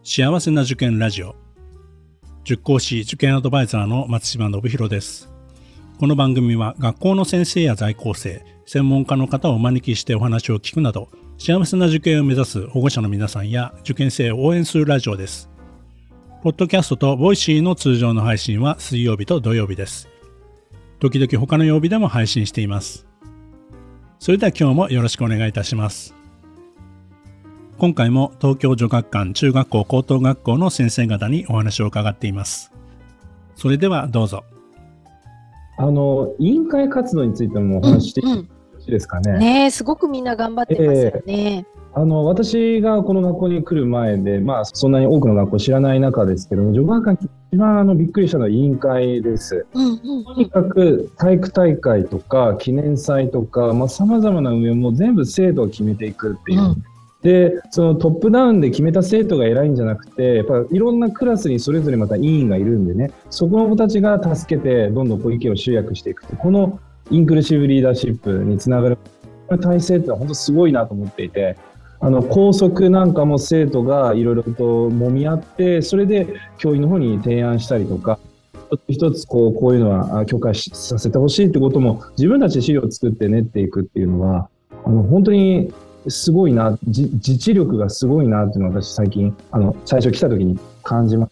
幸せな受験ラジオ。塾講師受験アドバイザーの松島信弘です。この番組は学校の先生や在校生、専門家の方をお招きしてお話を聞くなど、幸せな受験を目指す保護者の皆さんや受験生を応援するラジオです。ポッドキャストとボイシーの通常の配信は水曜日と土曜日です。時々他の曜日でも配信しています。それでは今日もよろしくお願いいたします。今回も東京女学館中学校高等学校の先生方にお話を伺っています。それではどうぞ。 委員会活動についてもお話してよろしいですかね。 ねえ、すごくみんな頑張ってますよね。 私がこの学校に来る前で、そんなに多くの学校知らない中ですけども、女学館一番びっくりしたのは委員会です。とにかく体育大会とか記念祭とか、様々な運営も全部生徒が決めていくっていう。で、そのトップダウンで決めた生徒が偉いんじゃなくて、やっぱいろんなクラスにそれぞれまた委員がいるんでね、そこの子たちが助けてどんどん意見を集約していくって、このインクルーシブリーダーシップにつながる体制ってのは本当すごいなと思っていて、校則なんかも生徒がいろいろと揉み合って、それで教員の方に提案したりとか、一つこういうのは許可させてほしいってことも自分たちで資料を作って練っていくっていうのは、本当にすごいな、自治力がすごいなっていうのを私最近、最初来た時に感じます。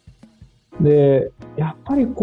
で、やっぱり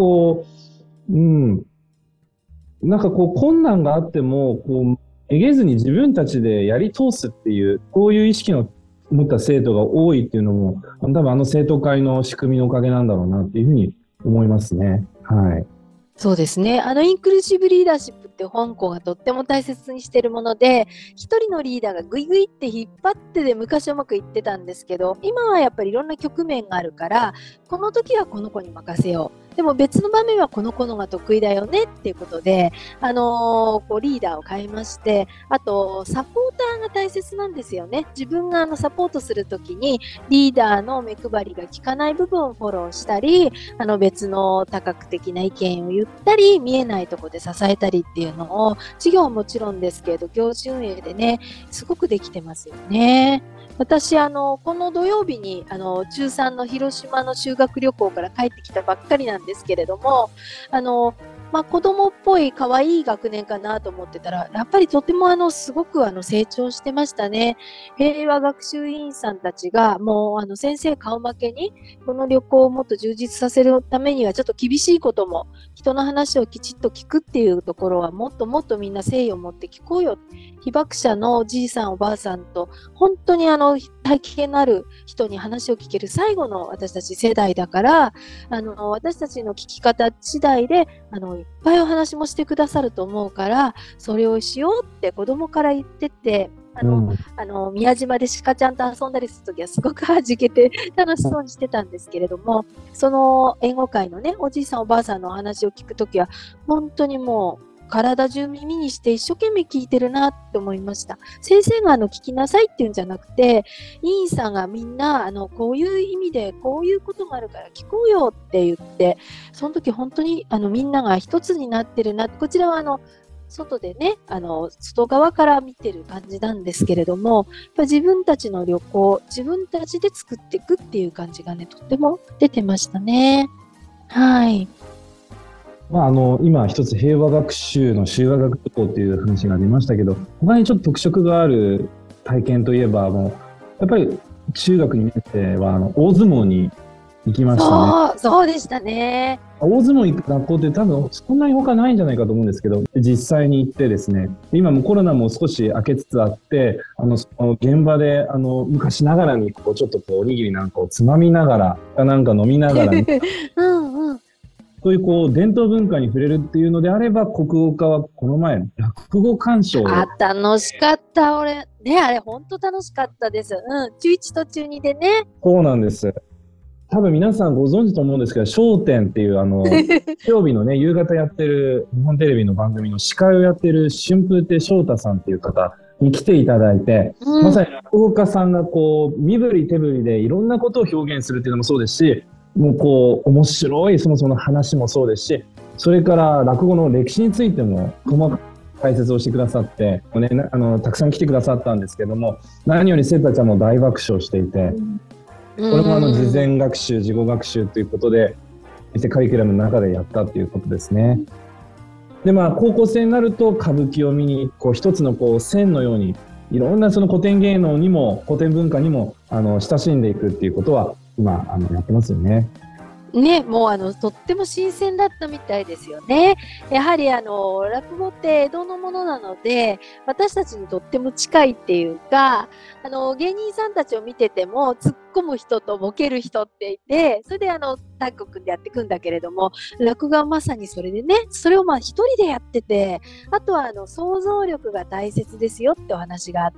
なんか困難があっても、めげずに自分たちでやり通すっていう、こういう意識を持った生徒が多いっていうのも、多分生徒会の仕組みのおかげなんだろうなっていうふうに思いますね。はい。 そうですね。インクルーシブリーダーシップって本校がとっても大切にしているもので、一人のリーダーがグイグイって引っ張ってで昔はうまくいってたんですけど、今はやっぱりいろんな局面があるから、この時はこの子に任せよう。でも別の場面はこの子のが得意だよねっていうことで、リーダーを変えまして、あとサポーターが大切なんですよね。自分がサポートするときにリーダーの目配りが効かない部分をフォローしたり、別の多角的な意見を言ったり、見えないところで支えたりっていうのを、授業はもちろんですけど、行事運営でね、すごくできてますよね。私、この土曜日に、中3の広島の修学旅行から帰ってきたばっかりなんですけれども、子供っぽい可愛い学年かなと思ってたら、やっぱりとてもすごく成長してましたね。平和学習委員さんたちが、もう先生顔負けに、この旅行をもっと充実させるためにはちょっと厳しいことも、人の話をきちっと聞くっていうところはもっともっとみんな誠意を持って聞こうよ。被爆者のおじいさんおばあさんと、本当に体験のある人に話を聞ける最後の私たち世代だから、私たちの聞き方次第で、いっぱいお話もしてくださると思うから、それをしようって子供から言ってて、宮島で鹿ちゃんと遊んだりするときはすごく弾けて楽しそうにしてたんですけれども、その援護会のね、おじいさんおばあさんのお話を聞くときは、本当にもう、体中耳にして一生懸命聞いてるなって思いました。先生が聞きなさいっていうんじゃなくて、委員さんがみんなこういう意味でこういうことがあるから聞こうよって言って、その時本当にみんなが一つになってるな。こちらは外でね、外側から見てる感じなんですけれども、やっぱ自分たちの旅行、自分たちで作っていくっていう感じがね、とっても出てましたね。はい。 今一つ平和学習の修和学校っていう話が出ましたけど、他にちょっと特色がある体験といえば、やっぱり中学2年生は大相撲に行きましたね。 そうでしたね。 大相撲行く学校って多分そんなに他ないんじゃないかと思うんですけど、実際に行ってですね、今もコロナも少し明けつつあって、その現場で昔ながらにちょっとおにぎりなんかをつまみながら、なんか飲みながら、そういう伝統文化に触れるっていうのであれば、国語科はこの前、落語鑑賞。 楽しかった、俺。ね、あれ本当楽しかったです。中1と中2でね。 そうなんです。多分皆さんご存知と思うんですけど、笑点っていう日曜日のね、夕方やってる日本テレビの番組の司会をやってる春風亭昇太さんっていう方に来ていただいて、まさに落語家さんが身振り手振りでいろんなことを表現するっていうのもそうですし、もう面白いそもそもの話もそうですし、それから落語の歴史についても細かく解説をしてくださって、たくさん来てくださったんですけども、何より生徒たちはもう大爆笑していて、 これも事前学習、自己学習ということで、カリキュラムの中でやったということですね。で、高校生になると歌舞伎を見に、一つの線のように、いろんなその古典芸能にも、古典文化にも、親しんでいくっていうことは、今、やってますよね。 ね、もうとっても新鮮だったみたいですよね。やはり落語って江戸のものなので、私たちにとっても近いっていうか、芸人さんたちを見てても、突っ込む人とボケる人っていて、それでタッグ組んでやっていくんだけれども、落語はまさにそれでね、それを一人でやってて、あとは想像力が大切ですよってお話があって、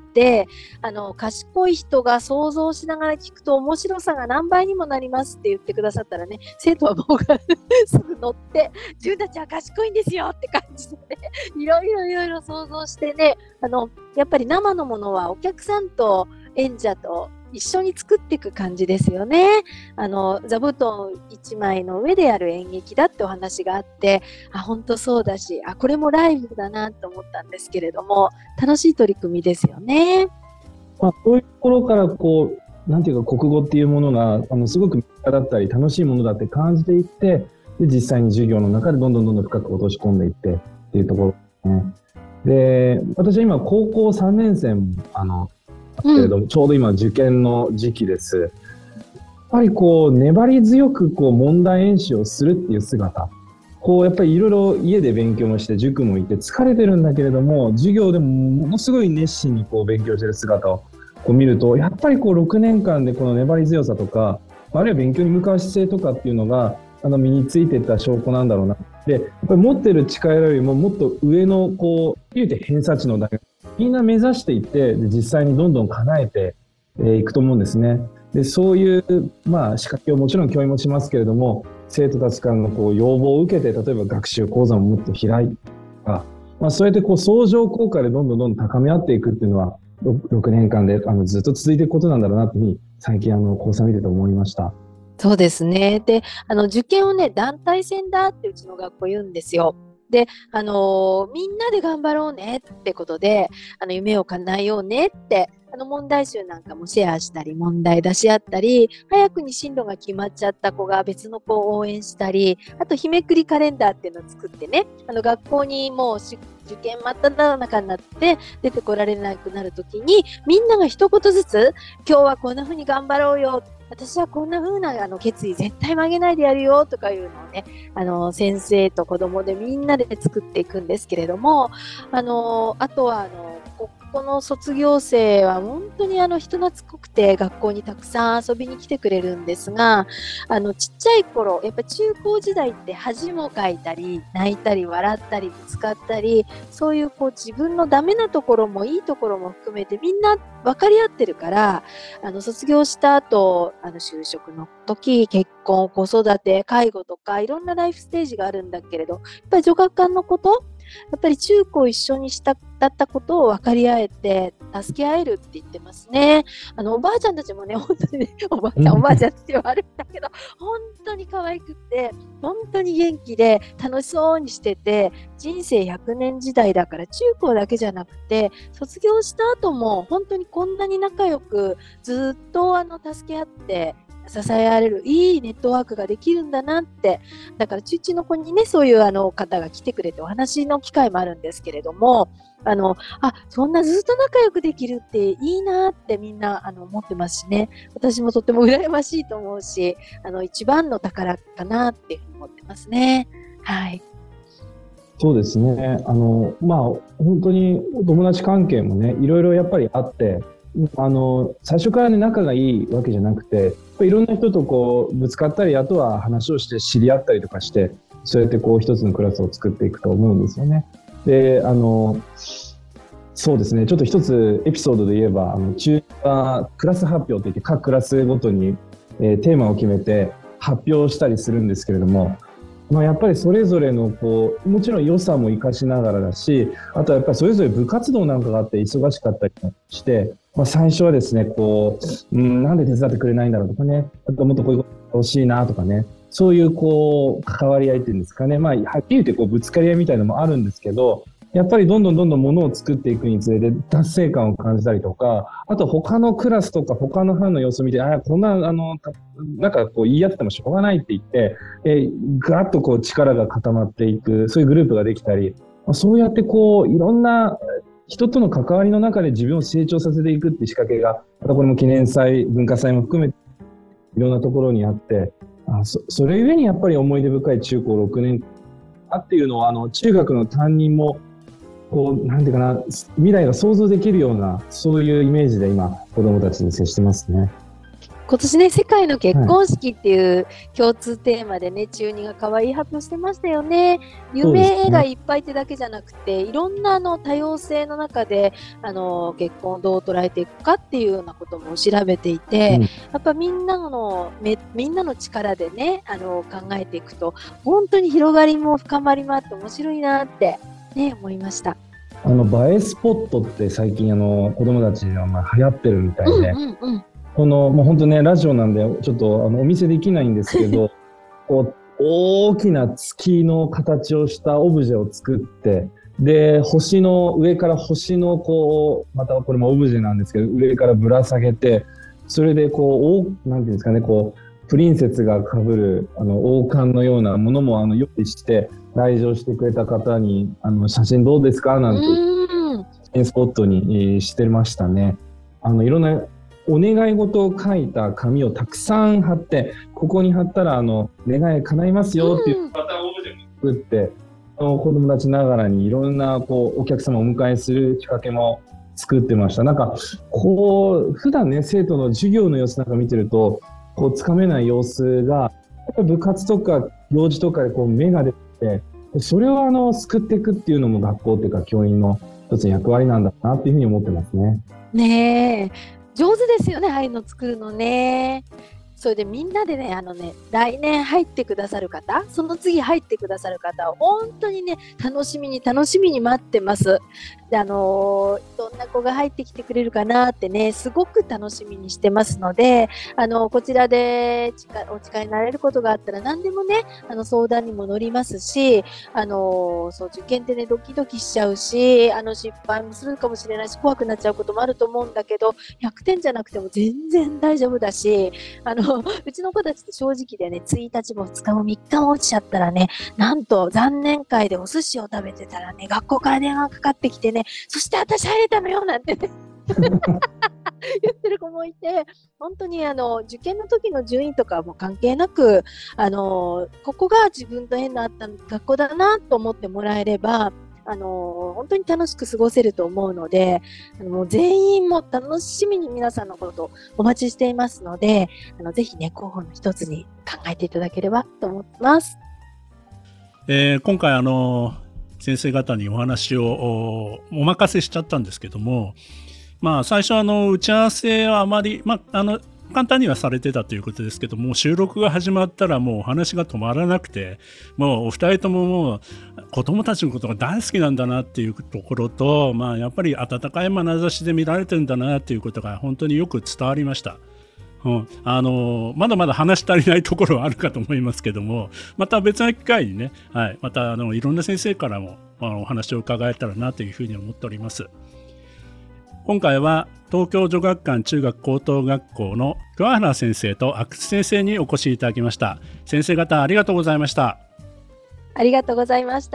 賢い人が想像しながら聞くと面白さが何倍にもなりますって言ってくださったらね、生徒はもうすぐ乗って、自分たちは賢いんですよって感じでね、いろいろ想像してね、やっぱり生のものはお客さんと演者と一緒に作っていく感じですよね。座布団一枚の上でやる演劇だってお話があって、本当そうだし、これもライブだなと思ったんですけれども、楽しい取り組みですよね。 そういうところからなんていうか国語っていうものがすごく身近だったり楽しいものだって感じていって、で実際に授業の中でどんどん深く落とし込んでいってっていうところですね。で、私は今高校3年生もけれども、ちょうど今受験の時期です。やっぱり粘り強く問題演習をするっていう姿、やっぱりいろいろ家で勉強もして塾も行って疲れてるんだけれども、授業でもものすごい熱心に勉強してる姿を見ると、やっぱり6年間でこの粘り強さとか、あるいは勉強に向かう姿勢とかっていうのが身についていった証拠なんだろうな。で、やっぱり持ってる力よりももっと上の言うて偏差値の大学、みんな目指していって、実際にどんどん叶えていくと思うんですね。で、そういう仕掛けをもちろん教員もしますけれども、生徒たちからの要望を受けて、例えば学習講座ももっと開いてとか、そうやって相乗効果でどんどん高め合っていくっていうのは、6年間でずっと続いていくことなんだろうなというふうに最近高3見てて思いました。 そうですね。で、受験をね、団体戦だってうちの学校言うんですよ。で、みんなで頑張ろうねってことで、夢を叶えようねって、問題集なんかもシェアしたり、問題出し合ったり、早くに進路が決まっちゃった子が別の子を応援したり、あと日めくりカレンダーっていうのを作ってね、学校にもう受験真っ只中になって出てこられなくなるときに、みんなが一言ずつ、今日はこんな風に頑張ろうよ、私はこんな風な決意絶対曲げないでやるよとかいうのをね、先生と子供でみんなで作っていくんですけれども、あとはこの卒業生は本当に人懐っこくて学校にたくさん遊びに来てくれるんですが、ちっちゃい頃、やっぱ中高時代って恥もかいたり、泣いたり笑ったりぶつかったり、そういう自分のダメなところもいいところも含めてみんな分かり合ってるから、卒業した後、就職の時、結婚、子育て、介護とかいろんなライフステージがあるんだけれど、やっぱり女学館のこと、やっぱり中高一緒にだったことを分かり合えて助け合えるって言ってますね。おばあちゃんたちもね、本当にね、おばあちゃんって言われるんだけど、本当に可愛くて、本当に元気で楽しそうにしてて、人生100年時代だから中高だけじゃなくて、卒業した後も本当にこんなに仲良くずっと助け合って支えられるいいネットワークができるんだなって。だからうちの子にね、そういう方が来てくれてお話の機会もあるんですけれども、そんなずっと仲良くできるっていいなってみんな思ってますしね。私もとても羨ましいと思うし、一番の宝かなっていうふうに思ってますね。はい。 そうですね。本当にお友達関係もね、いろいろやっぱりあって、最初からね、仲がいいわけじゃなくて、いろんな人とぶつかったり、あとは話をして知り合ったりとかして、そうやって一つのクラスを作っていくと思うんですよね。で、そうですね、ちょっと一つエピソードで言えば、中はクラス発表といって各クラスごとに、テーマを決めて発表したりするんですけれども、やっぱりそれぞれのもちろん良さも生かしながらだし、あとはやっぱりそれぞれ部活動なんかがあって忙しかったりして、最初はですね、なんで手伝ってくれないんだろうとかね、あともっとこういうこと欲しいなとかね、そういう関わり合いっていうんですかね、はっきり言ってぶつかり合いみたいなのもあるんですけど、 やっぱりどんどんものを作っていくにつれて達成感を感じたりとか、あと他のクラスとか他の班の様子を見て、こんな、なんかこう言い合ってもしょうがないって言って、ガーッとこう力が固まっていく、そういうグループができたり、そうやってこう、いろんな人との関わりの中で自分を成長させていくっていう仕掛けが、またこれも記念祭、文化祭も含めて、いろんなところにあって、それゆえにやっぱり思い出深い中高6年っていうのは、中学の担任も、こう、なんていうかな、未来が想像できるような、そういうイメージで今、子供たちに接してますね。 今年ね、世界の結婚式っていう共通テーマでね、中2が可愛い発表してましたよね。夢がいっぱいってだけじゃなくて、いろんな多様性の中で、結婚をどう捉えていくかっていうようなことも調べていて、やっぱみんなの力でね、考えていくと、本当に広がりも深まりもあって面白いなってね、思いました。 映えスポットって最近子供たちが流行ってるみたいで、もう本当ね、ラジオなんでちょっとお見せできないんですけどこう大きな月の形をしたオブジェを作って、で上から星のこう、またこれもオブジェなんですけど、上からぶら下げて、それでこうなんていうんですかね、こうプリンセスが被る王冠のようなものも用意して来場してくれた方に写真どうですかなんてスポットにしてましたね。いろんなお願い事を書いた紙をたくさん貼って、ここに貼ったら願い叶いますよっていうパターンオブジェを作って、子供たちながらにいろんなこうお客様をお迎えする仕掛けも作ってました。なんかこう普段ね、生徒の授業の様子なんか見てるとこうつかめない様子が、やっぱ部活とか行事とかでこう芽が出て、それを救っていくっていうのも学校っていうか教員の一つの役割なんだなっていうふうに思ってますね。 ねえ、上手ですよね、ああいうの作るのね。それでみんなでね、来年入ってくださる方、その次入ってくださる方を本当にね、楽しみに待ってます。で、どんな子が入ってきてくれるかなってね、すごく楽しみにしてますので、こちらでお力になれることがあったら何でもね、相談にも乗りますし、そう、受験ってね、ドキドキしちゃうし、失敗もするかもしれないし、怖くなっちゃうこともあると思うんだけど、100点じゃなくても全然大丈夫だし、うちの子たちって正直でね、1日も2日も3日も落ちちゃったらね、なんと残念会でお寿司を食べてたらね、学校から電話かかってきてね、そして私入れたのよなんてね言ってる子もいて、本当に受験の時の順位とかも関係なく、ここが自分と縁のあった学校だなと思ってもらえれば、本当に楽しく過ごせると思うので、もう全員も楽しみに皆さんのことをお待ちしていますので、ぜひね、候補の一つに考えていただければと思ってます。 今回先生方にお話をお任せしちゃったんですけども、最初打ち合わせはあまり、簡単にはされてたということですけども、収録が始まったらもうお話が止まらなくて、もうお二人とももう子供たちのことが大好きなんだなっていうところと、やっぱり温かい眼差しで見られてるんだなっていうことが本当によく伝わりました。まだまだ話し足りないところはあるかと思いますけども、また別の機会にね、またいろんな先生からもお話を伺えたらなというふうに思っております。今回は東京女学館中学高等学校の桑原先生と阿久津先生にお越しいただきました。先生方ありがとうございました。 ありがとうございました。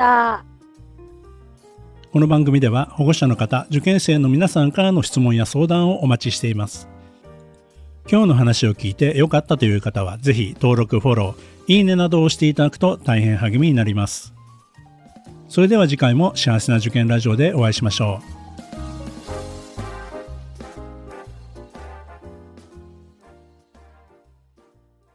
この番組では保護者の方、受験生の皆さんからの質問や相談をお待ちしています。今日の話を聞いて良かったという方はぜひ登録、フォロー、いいねなどをしていただくと大変励みになります。それでは次回も幸せな受験ラジオでお会いしましょう。